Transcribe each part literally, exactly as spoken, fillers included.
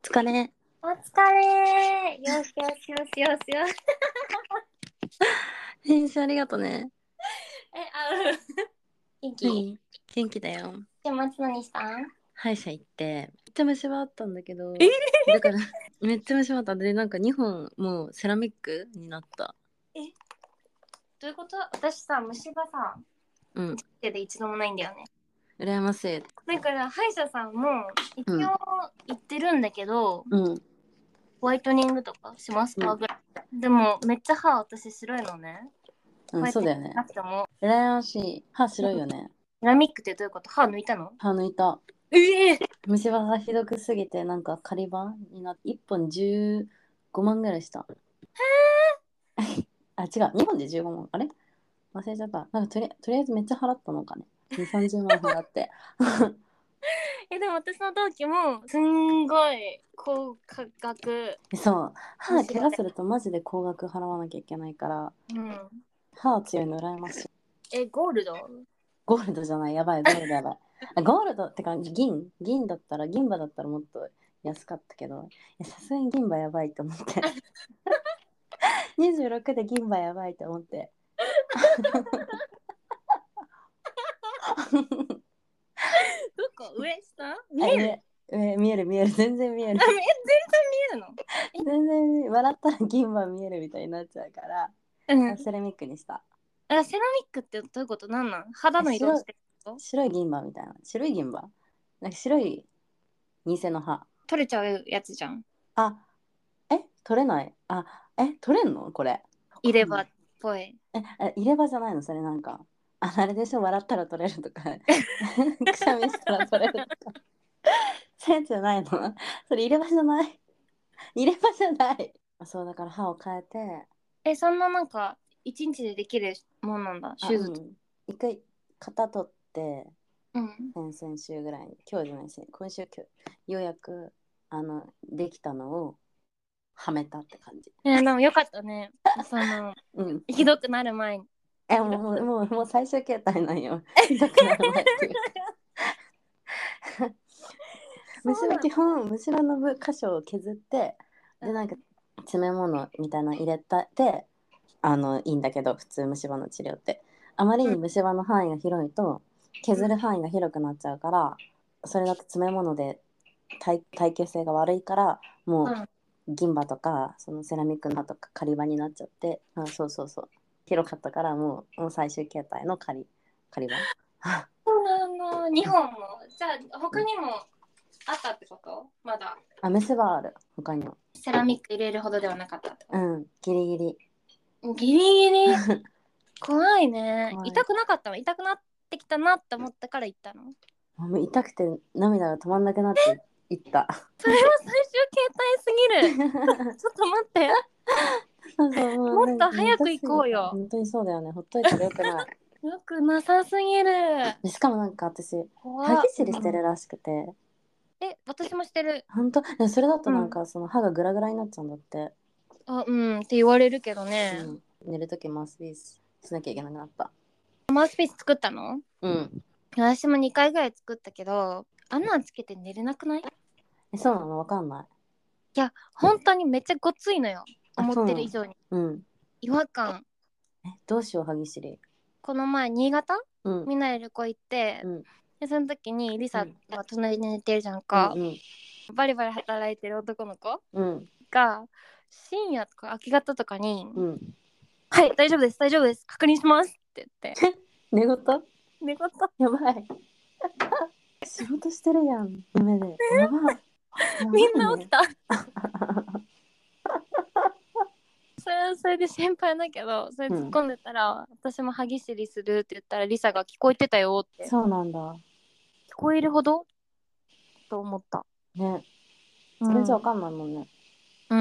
疲れ。 お疲れー。よしよしよしよしよし。 編集ありがとね。 え、あ、元気？ 何？元気だよ。 週末何したん？ 歯医者行って、めっちゃ虫歯あったんだけど、 えだから、めっちゃ虫歯あった。で、なんかにほんもうセラミックになった。 え、どういうこと？私さ、虫歯さ、 うん。 人生で一度もないんだよね。 羨ましい。 だから歯医者さんも一うん。 応行ってるんだけど、 うん。 ホワイトニングとかしますか、 うんぐらい。でもめっちゃ歯私白いのね。 うん、 こうやってそうだよね。 なくても。 羨ましい。歯白いよね。 セラミックってどういうこと？歯抜いたの？ 歯抜いた。 ええー、 虫歯がひどくすぎて、なんか仮歯になって、いっぽんじゅうごまんぐらいした。あ、違う。にほんでじゅうごまん。あれ忘れちゃった。なんかとりとりあえずめっちゃ払ったのかね。に、さんじゅうまん払って。 え、でも私の同期もすんごい高価格。 そう。歯怪虫歯で。 我するとマジで高額払わなきゃいけないから、 うん。 歯強いの羨ましい。 え、ゴールド？ ゴールドじゃない、やばい、ゴールドやばい。あ、ゴールドってか、銀銀だったら、銀歯だったらもっと安かったけど、いやさすがに銀歯やばいと思って。にじゅうろくで銀歯やばいと思って。 どこ？上下見あ、 える？ 上、上、見える見える、全然見える。 あ、め全然見えるの？ 全然見える、笑ったら銀歯見えるみたいになっちゃうから、 うん。 あセラミックにした。 あ、セラミックってどういうこと？なんなん？肌の色白い、 してること？ 白い銀歯みたいな。白い銀歯なんか白い偽の歯。 取れちゃうやつじゃん。 あ、え、取れない。あ、え、取れんのこれ。わ入れ歯っかんない。 ぽい。 え、え入れ歯じゃないのそれなんか。あ、あれでしょ笑ったら取れるとか。くしゃみしたら取れるとか。そういうやつじゃないのそれ入れ歯じゃない。入れ歯じゃない。あそう、だから歯を変えて、 え、そんななんか、一日でできるもんなんだ、 あ、 手術。 うん。一回、型取って、 うん。 先々週ぐらいに、今日じゃないし、今週、今日、ようやく、あの、できたのをはめたって感じ。 えーでもよかったね。その、 うん。 ひどくなる前に。 え、もう、もう、もうもう最終形態なんよ。ひどくなる前っていうか。 そうなんだ。 虫歯基本虫歯の部箇所を削ってでなんかうん詰め物みたいなの入れたであのいいんだけど普通虫歯の治療ってあまりに虫歯の範囲が広いと削る範囲が広くなっちゃうからそれだと詰め物で耐耐久性が悪いからもうん。 う銀歯とかそのセラミックの歯とか仮歯になっちゃってあそうそうそう広かったからもうもう最終形態の仮仮歯そうなんだ。にほんも。じゃあ、他にもあったってこと？まだ。 あ虫歯ある他にもセラミック入れるほどではなかったってこうんギリギリと？ギリギリ。怖いね。 怖い痛くなかったの？痛くなってきたなって思ったから行ったの？ もう痛くて涙が止まんなくなっていった。 それは最終形態すぎる。ちょっと待って。 そうそう、もうもっとなんか早く行痛すぎて。 こうよ。 本当にそうだよね。ほっといたらよくない。 よくなさすぎる。 でしかもなんか私、歯ぎ怖っ。 しりしてるらしくて、 え、私もしてる。 本当でそれだとうん。 なんかその歯がグラグラになっちゃうんだって。 あ、うんって言われるけどね。 うん。寝るときマウスピースしなきゃいけなくなった。 マウスピース作ったの？ うん。 私もにかいぐらい作ったけど、穴つけて寝れなくない？いえ、そうなのわかんない。 や、本当にめっちゃごついのよ。 あ、 思っそうなの。 てる以上に。 うん。 違和感。 え、どうしよう、歯ぎしり。 この前、新潟うん。 みんなで旅行行って、 うん。 で、その時にリサが隣で寝てるじゃんか。 うんうん。 バリバリ働いてる男の子うん。 が、深夜とか明け方とかに、 うん。 はい、大丈夫です、大丈夫です、確認しますって言って。 寝言寝言。 やばい。仕事してるやん、夢で。やばい。やばみんいね。 な起きた。それはそれで心配だけど、それ突っ込んでたら、うん、私も歯ぎしりするって言ったらリサが聞こえてたよって。 そうなんだ。 聞こえるほどと思った。 ね。 うん。 それじゃわかんないもんね。 うん。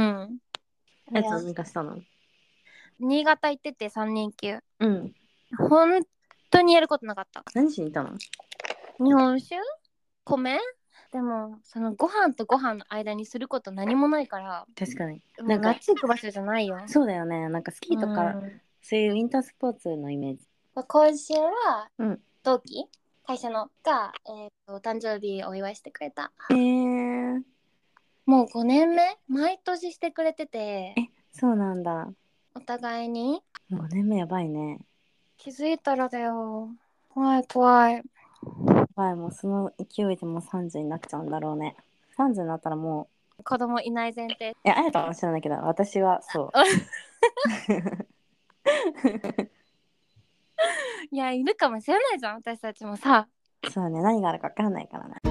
えっと、何かしたの？ 新潟行っててさんにん級。 うん。 本当にやることなかった。 何しに行ったの？ 日本酒？米？でも、そのご飯とご飯の間にすること何もないから、 確かに。 もうなんか、 夏行く場所じゃないよ。 そうだよね。なんかスキうーとか、 ん。 そういうウィンタースポーツのイメージ。 今週は、 うん。 同期会社のが、えーと、お誕生日お祝いしてくれた。 えー、 もうごねんめ毎年してくれてて、 え、そうなんだ。 お互いに。 ごねんめやばいね。 気づいたらだよ。怖い怖い。 やばい、もうその勢いでもうさんじゅうになっちゃうんだろうね。さんじゅうになったらも子供いない前提。 う、え、あやかもしれないけど、私はそう。 いや、いるかもしれないじゃん、私たちもさ。 そうね、何があるか分かんないからね。